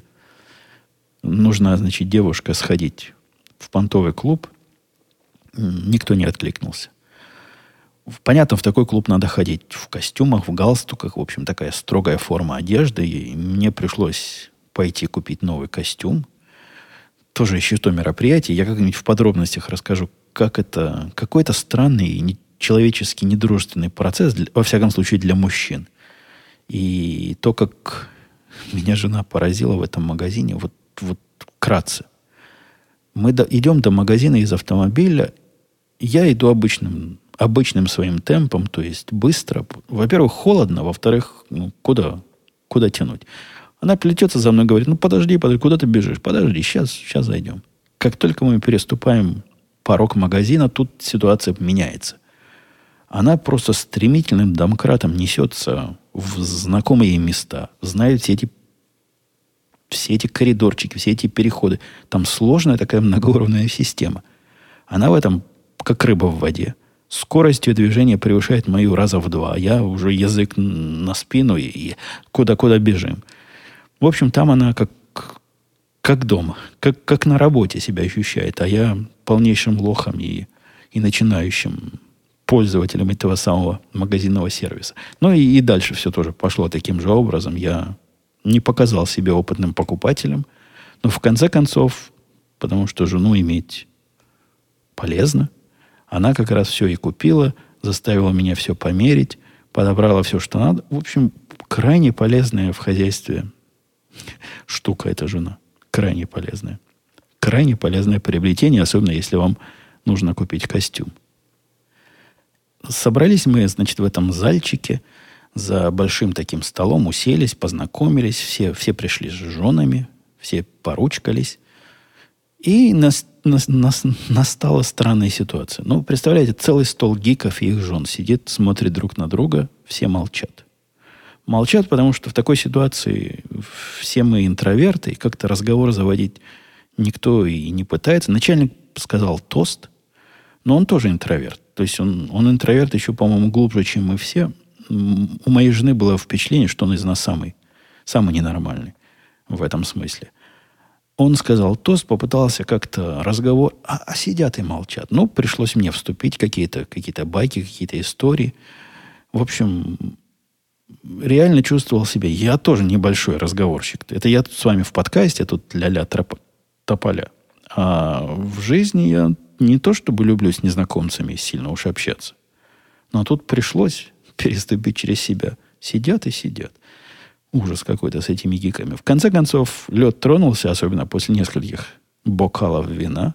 Нужна, значит, девушка сходить в понтовый клуб. Никто не откликнулся. Понятно, в такой клуб надо ходить в костюмах, в галстуках. В общем, такая строгая форма одежды. И мне пришлось пойти купить новый костюм. Тоже еще то мероприятие. Я как-нибудь в подробностях расскажу, как это... Какой-то странный и человеческий недружественный процесс, во всяком случае, для мужчин. И то, как меня жена поразила в этом магазине, вот вкратце. Мы идем до магазина из автомобиля, я иду обычным своим темпом, то есть быстро. Во-первых, холодно, во-вторых, куда тянуть? Она плетется за мной, говорит, подожди, куда ты бежишь? Подожди, сейчас зайдем. Как только мы переступаем порог магазина, тут ситуация меняется. Она просто стремительным домкратом несется в знакомые места, знает все эти коридорчики, все эти переходы. Там сложная такая многоуровневая система. Она в этом как рыба в воде. Скорость ее движения превышает мою раза в 2. Я уже язык на спину и куда бежим. В общем, там она как дома, как на работе себя ощущает. А я полнейшим лохом и начинающим пользователем этого самого магазинного сервиса. Ну и дальше все тоже пошло таким же образом. Я не показал себя опытным покупателем. Но в конце концов, потому что жену иметь полезно, она как раз все и купила, заставила меня все померить, подобрала все, что надо. В общем, крайне полезная в хозяйстве штука эта жена. Крайне полезная. Крайне полезное приобретение, особенно если вам нужно купить костюм. Собрались мы, значит, в этом зальчике за большим таким столом, уселись, познакомились, все пришли с женами, все поручкались. И настала странная ситуация. Представляете, целый стол гиков и их жен сидит, смотрит друг на друга, все молчат. Молчат, потому что в такой ситуации все мы интроверты, и как-то разговор заводить никто и не пытается. Начальник сказал тост, но он тоже интроверт. То есть он интроверт еще, по-моему, глубже, чем мы все. У моей жены было впечатление, что он из нас самый ненормальный в этом смысле. Он сказал тост, попытался как-то разговор, а сидят и молчат. Пришлось мне вступить, какие-то байки, какие-то истории. В общем, реально чувствовал себя. Я тоже небольшой разговорщик. Это я тут с вами в подкасте, тут ля-ля тополя. А в жизни я не то чтобы люблю с незнакомцами сильно уж общаться. Но тут пришлось переступить через себя. Сидят и сидят. Ужас какой-то с этими гиками. В конце концов, лед тронулся, особенно после нескольких бокалов вина.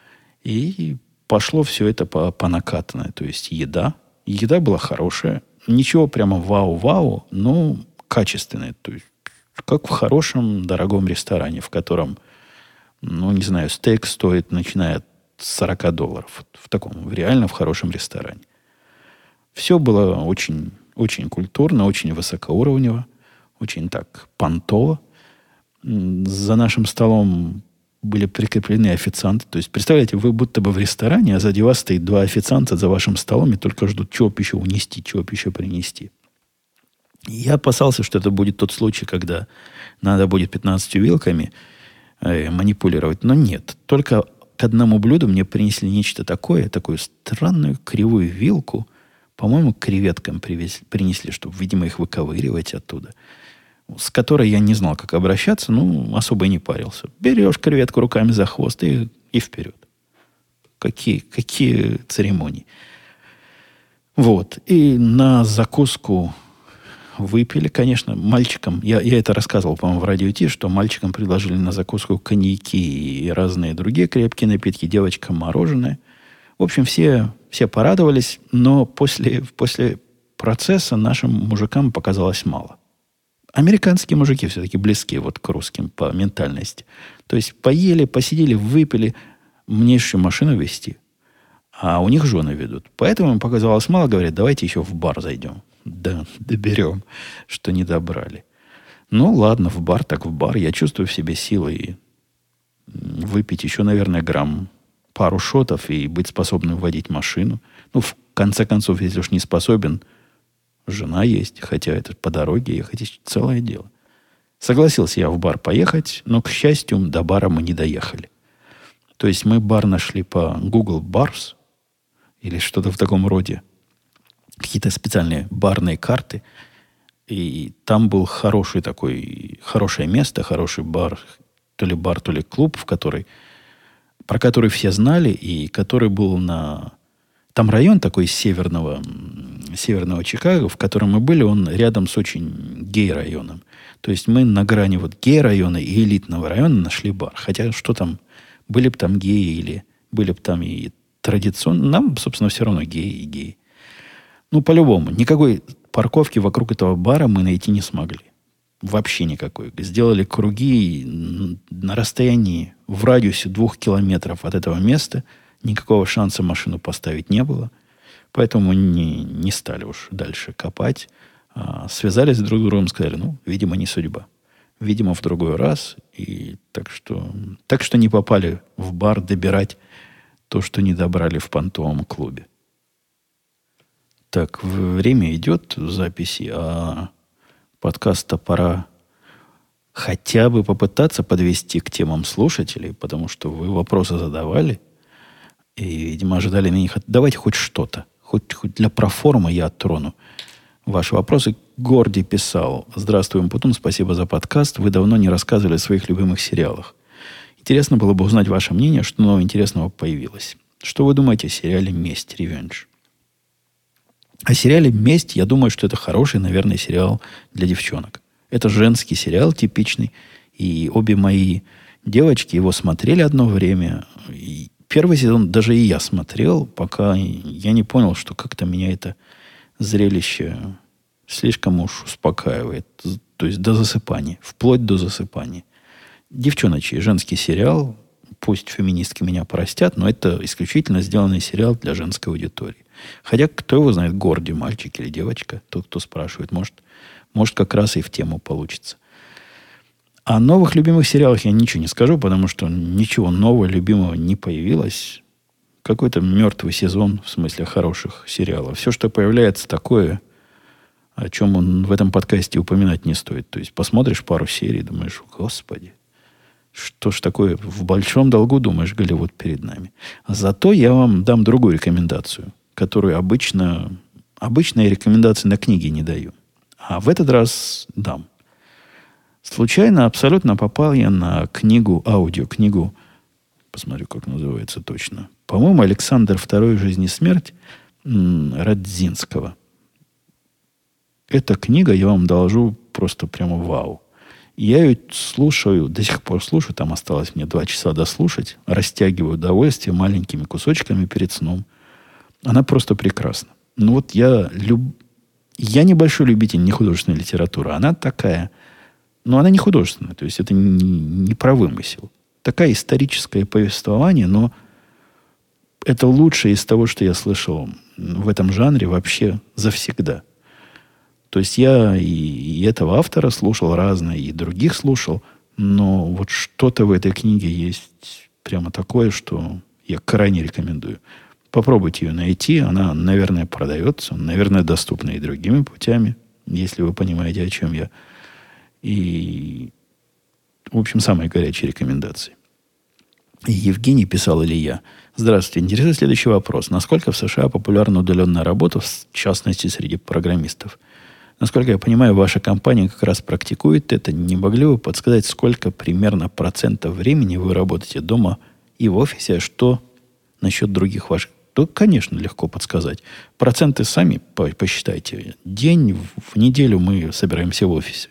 И пошло все это по накатанной. То есть еда. Еда была хорошая. Ничего прямо вау-вау, но качественная. То есть как в хорошем, дорогом ресторане, в котором, не знаю, стейк стоит, начиная от $40. В таком, реально в хорошем ресторане. Все было очень, очень культурно, очень высокоуровнево. Очень так понтово. За нашим столом были прикреплены официанты. То есть, представляете, вы будто бы в ресторане, а сзади вас стоит 2 официанта за вашим столом и только ждут, чего бы еще унести, чего бы еще принести. Я опасался, что это будет тот случай, когда надо будет 15 вилками манипулировать. Но нет. Только к одному блюду мне принесли нечто такое, такую странную кривую вилку. По-моему, к креветкам принесли, чтобы, видимо, их выковыривать оттуда. С которой я не знал, как обращаться, особо и не парился. Берешь креветку руками за хвост и вперед. Какие церемонии. Вот. И на закуску выпили, конечно, мальчикам. Я это рассказывал, по-моему, в радио Ти, что мальчикам предложили на закуску коньяки и разные другие крепкие напитки, девочкам мороженое. В общем, все порадовались, но после процесса нашим мужикам показалось мало. Американские мужики все-таки близки к русским по ментальности. То есть поели, посидели, выпили, мне еще машину везти. А у них жены ведут. Поэтому им показалось мало, говорят, давайте еще в бар зайдем. Да, доберем, что не добрали. Ладно, в бар так в бар. Я чувствую в себе силы и выпить еще, наверное, пару шотов и быть способным водить машину. В конце концов, если уж не способен, жена есть, хотя это по дороге ехать целое дело. Согласился я в бар поехать, но, к счастью, до бара мы не доехали. То есть мы бар нашли по Google Bars или что-то в таком роде. Какие-то специальные барные карты. И там был хорошее место, хороший бар, то ли клуб, про который все знали, и который был Там район такой северного Чикаго, в котором мы были, он рядом с очень гей-районом. То есть мы на грани гей-района и элитного района нашли бар. Хотя что там, были бы там геи или были бы там и традиционно. Нам, собственно, все равно геи и геи. Ну, по-любому. Никакой парковки вокруг этого бара мы найти не смогли. Вообще никакой. Сделали круги на расстоянии, в радиусе 2 километров от этого места. Никакого шанса машину поставить не было. Поэтому не стали уж дальше копать. Связались друг с другом, сказали, ну, видимо, не судьба. Видимо, в другой раз. И так что не попали в бар добирать то, что не добрали в понтовом клубе. Так, время идет в записи, а подкаста пора хотя бы попытаться подвести к темам слушателей, потому что вы вопросы задавали и, видимо, ожидали на них. Давайте хоть что-то. Хоть для проформы я оттрону ваши вопросы. Гордий писал. Здравствуй, Умпутун, спасибо за подкаст. Вы давно не рассказывали о своих любимых сериалах. Интересно было бы узнать ваше мнение, что нового интересного появилось. Что вы думаете о сериале «Месть», «Ревенж»? О сериале «Месть» я думаю, что это хороший, наверное, сериал для девчонок. Это женский сериал типичный. И обе мои девочки его смотрели одно время. И первый сезон даже и я смотрел, пока я не понял, что как-то меня это зрелище слишком уж успокаивает. То есть до засыпания. Вплоть до засыпания. Девчоночий женский сериал. Пусть феминистки меня простят, но это исключительно сделанный сериал для женской аудитории. Хотя, кто его знает, Гордий, мальчик или девочка, тот, кто спрашивает, может как раз и в тему получится. О новых любимых сериалах я ничего не скажу, потому что ничего нового, любимого не появилось. Какой-то мертвый сезон, в смысле хороших сериалов. Все, что появляется такое, о чем он в этом подкасте упоминать не стоит. То есть посмотришь пару серий, думаешь, господи, что ж такое, в большом долгу, думаешь, Голливуд перед нами. Зато я вам дам другую рекомендацию, которую обычно я рекомендации на книги не даю. А в этот раз дам. Случайно абсолютно попал я на книгу, аудиокнигу, посмотрю, как называется точно. По-моему, «Александр II. Жизнь и смерть» Радзинского. Эта книга, я вам доложу, просто прямо вау. Я ее слушаю, до сих пор слушаю, там осталось мне 2 часа дослушать, растягиваю удовольствие маленькими кусочками перед сном. Она просто прекрасна. Ну вот я небольшой любитель нехудожественной литературы. Она такая, но она не художественная, то есть это не про вымысел. Такое историческое повествование, но это лучшее из того, что я слышал в этом жанре вообще завсегда. То есть я и этого автора слушал разное, и других слушал, но вот что-то в этой книге есть прямо такое, что я крайне рекомендую. Попробуйте ее найти. Она, наверное, продается. Наверное, доступна и другими путями, если вы понимаете, о чем я. И, в общем, самые горячие рекомендации. И Евгений писал, или я. Здравствуйте. Интересует следующий вопрос. Насколько в США популярна удаленная работа, в частности, среди программистов? Насколько я понимаю, ваша компания как раз практикует это. Не могли бы подсказать, сколько примерно процентов времени вы работаете дома и в офисе, а что насчет других ваших? То, конечно, легко подсказать. Проценты сами посчитайте. День в неделю мы собираемся в офисе.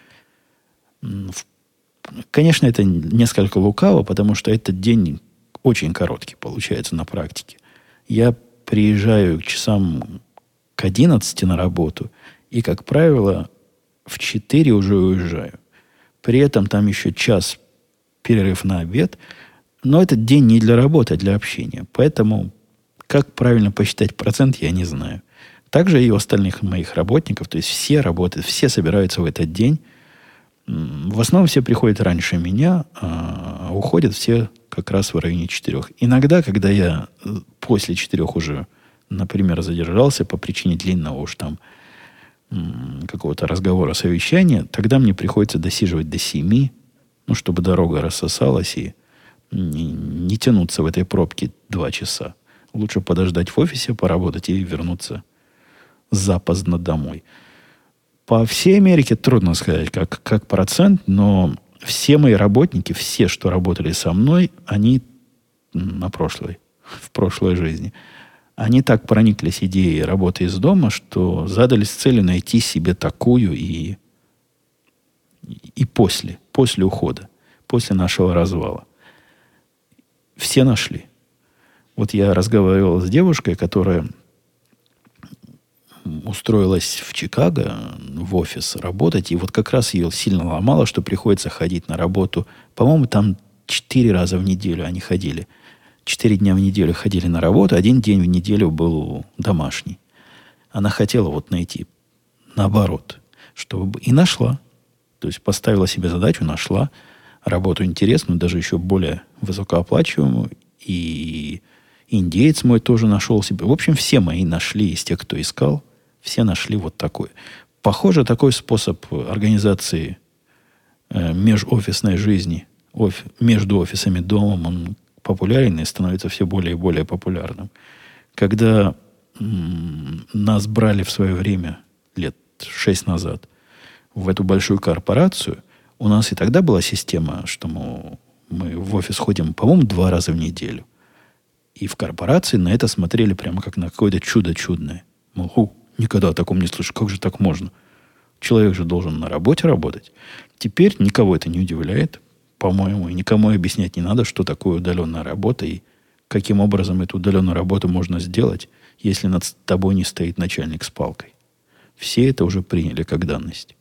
Конечно, это несколько лукаво, потому что этот день очень короткий получается на практике. Я приезжаю к часам к 11 на работу, и, как правило, в 4 уже уезжаю. При этом там еще час перерыв на обед. Но этот день не для работы, а для общения. Поэтому, как правильно посчитать процент, я не знаю. Также и у остальных моих работников, то есть все работают, все собираются в этот день. В основном все приходят раньше меня, а уходят все как раз в районе 4. Иногда, когда я после 4 уже, например, задержался по причине длинного уж там какого-то разговора, совещания, тогда мне приходится досиживать до 7, ну, чтобы дорога рассосалась и не тянуться в этой пробке 2 часа. Лучше подождать в офисе, поработать и вернуться запоздно домой. По всей Америке трудно сказать, как процент, но все мои работники, все, что работали со мной, они в прошлой жизни, они так прониклись идеей работы из дома, что задались целью найти себе такую и после ухода, после нашего развала. Все нашли. Вот я разговаривал с девушкой, которая устроилась в Чикаго в офис работать, и вот как раз ее сильно ломало, что приходится ходить на работу. По-моему, там 4 раза в неделю они ходили. 4 дня в неделю ходили на работу, 1 день в неделю был домашний. Она хотела вот найти наоборот, чтобы... И нашла. То есть поставила себе задачу, нашла работу интересную, даже еще более высокооплачиваемую. И индеец мой тоже нашел себе. В общем, все мои нашли из тех, кто искал. Все нашли вот такой. Похоже, такой способ организации межофисной жизни, между офисами и домом, он популярен и становится все более и более популярным. Когда нас брали в свое время, лет 6 назад, в эту большую корпорацию, у нас и тогда была система, что мы в офис ходим, по-моему, 2 раза в неделю. И в корпорации на это смотрели прямо как на какое-то чудо чудное. Мол, никогда о таком не слышу. Как же так можно? Человек же должен на работе работать. Теперь никого это не удивляет, по-моему, и никому объяснять не надо, что такое удаленная работа и каким образом эту удаленную работу можно сделать, если над тобой не стоит начальник с палкой. Все это уже приняли как данность.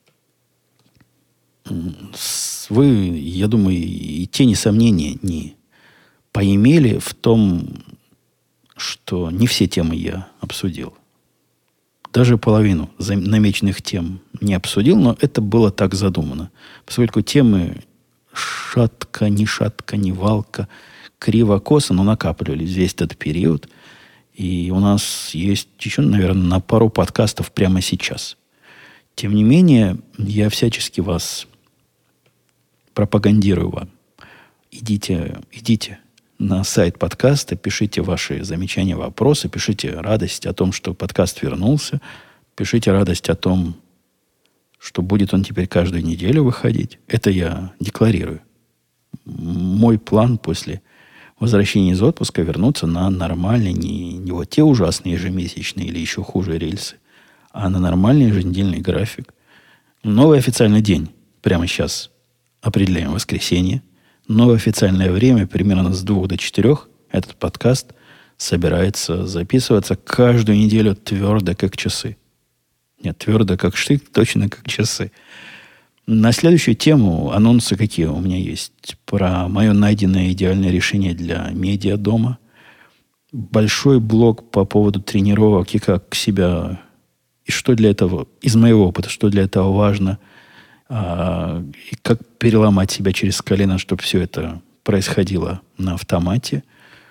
Вы, я думаю, и тени сомнения не поимели в том, что не все темы я обсудил. Даже половину намеченных тем не обсудил, но это было так задумано. Поскольку темы шатко, не валко, криво-косо, но накапливались весь этот период. И у нас есть еще, наверное, на пару подкастов прямо сейчас. Тем не менее, я всячески вас пропагандирую вам. Идите на сайт подкаста, пишите ваши замечания, вопросы, пишите радость о том, что подкаст вернулся, пишите радость о том, что будет он теперь каждую неделю выходить. Это я декларирую. Мой план после возвращения из отпуска вернуться на нормальные, не вот те ужасные ежемесячные или еще хуже рельсы, а на нормальный еженедельный график. Новый официальный день прямо сейчас определяем воскресенье. Новое официальное время примерно с 2 до 4 этот подкаст собирается записываться каждую неделю твердо, как часы. Нет, твердо, как штык, точно как часы. На следующую тему анонсы какие у меня есть. Про мое найденное идеальное решение для медиадома. Большой блог по поводу тренировок и как себя... И что для этого, из моего опыта, что для этого важно... и как переломать себя через колено, чтобы все это происходило на автомате.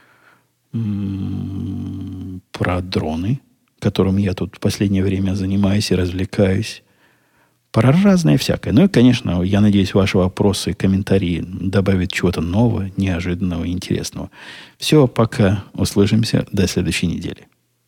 Про дроны, которым я тут в последнее время занимаюсь и развлекаюсь. Про разное всякое. Ну и, конечно, я надеюсь, ваши вопросы и комментарии добавят чего-то нового, неожиданного и интересного. Все, пока. Услышимся. До следующей недели.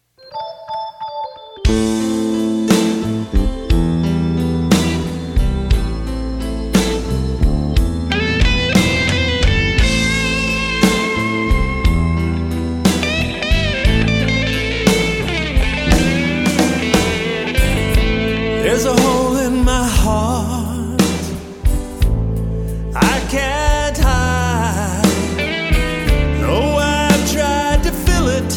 There's a hole in my heart I can't hide. Though I've tried to fill it,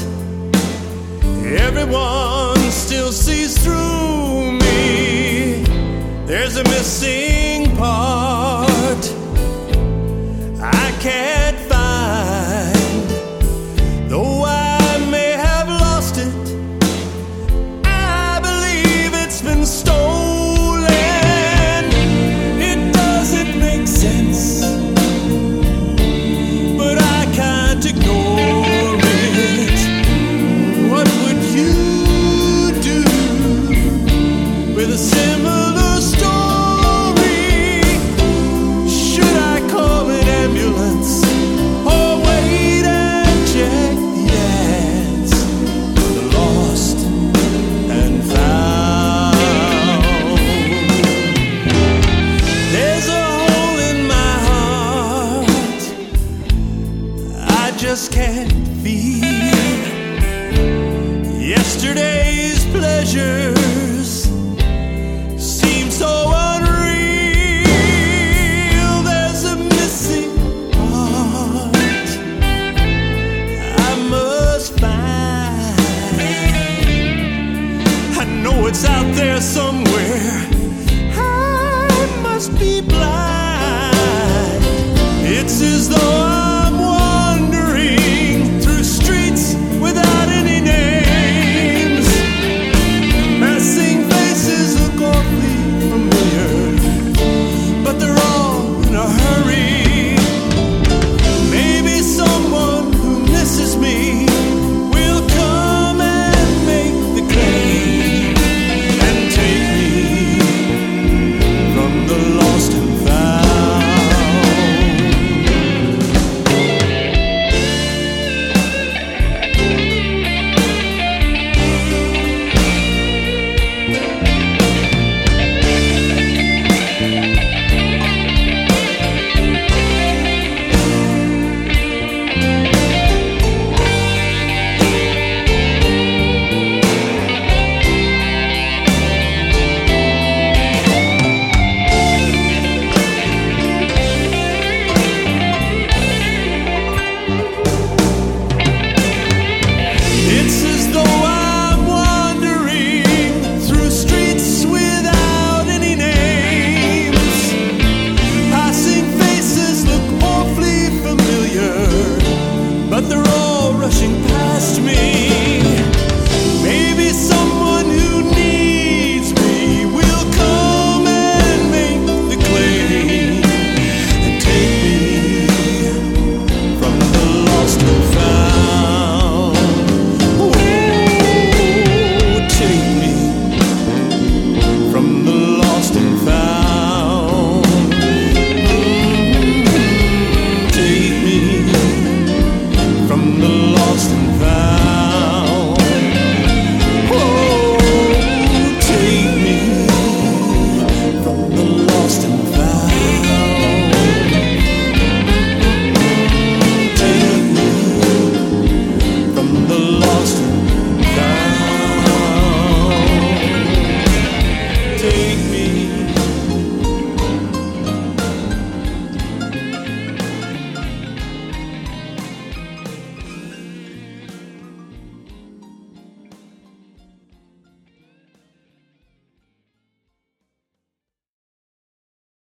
everyone still sees through me. There's a missing part I can't find. Though I may have lost it, I believe it's been stolen. It doesn't make sense, but I can't ignore it. What would you do with a similar story? Should I call an ambulance or wait and check the ads for the lost and found? There's a hole in my heart I just can't feel. Yesterday's pleasures seem so unreal. There's a missing part I must there somewhere.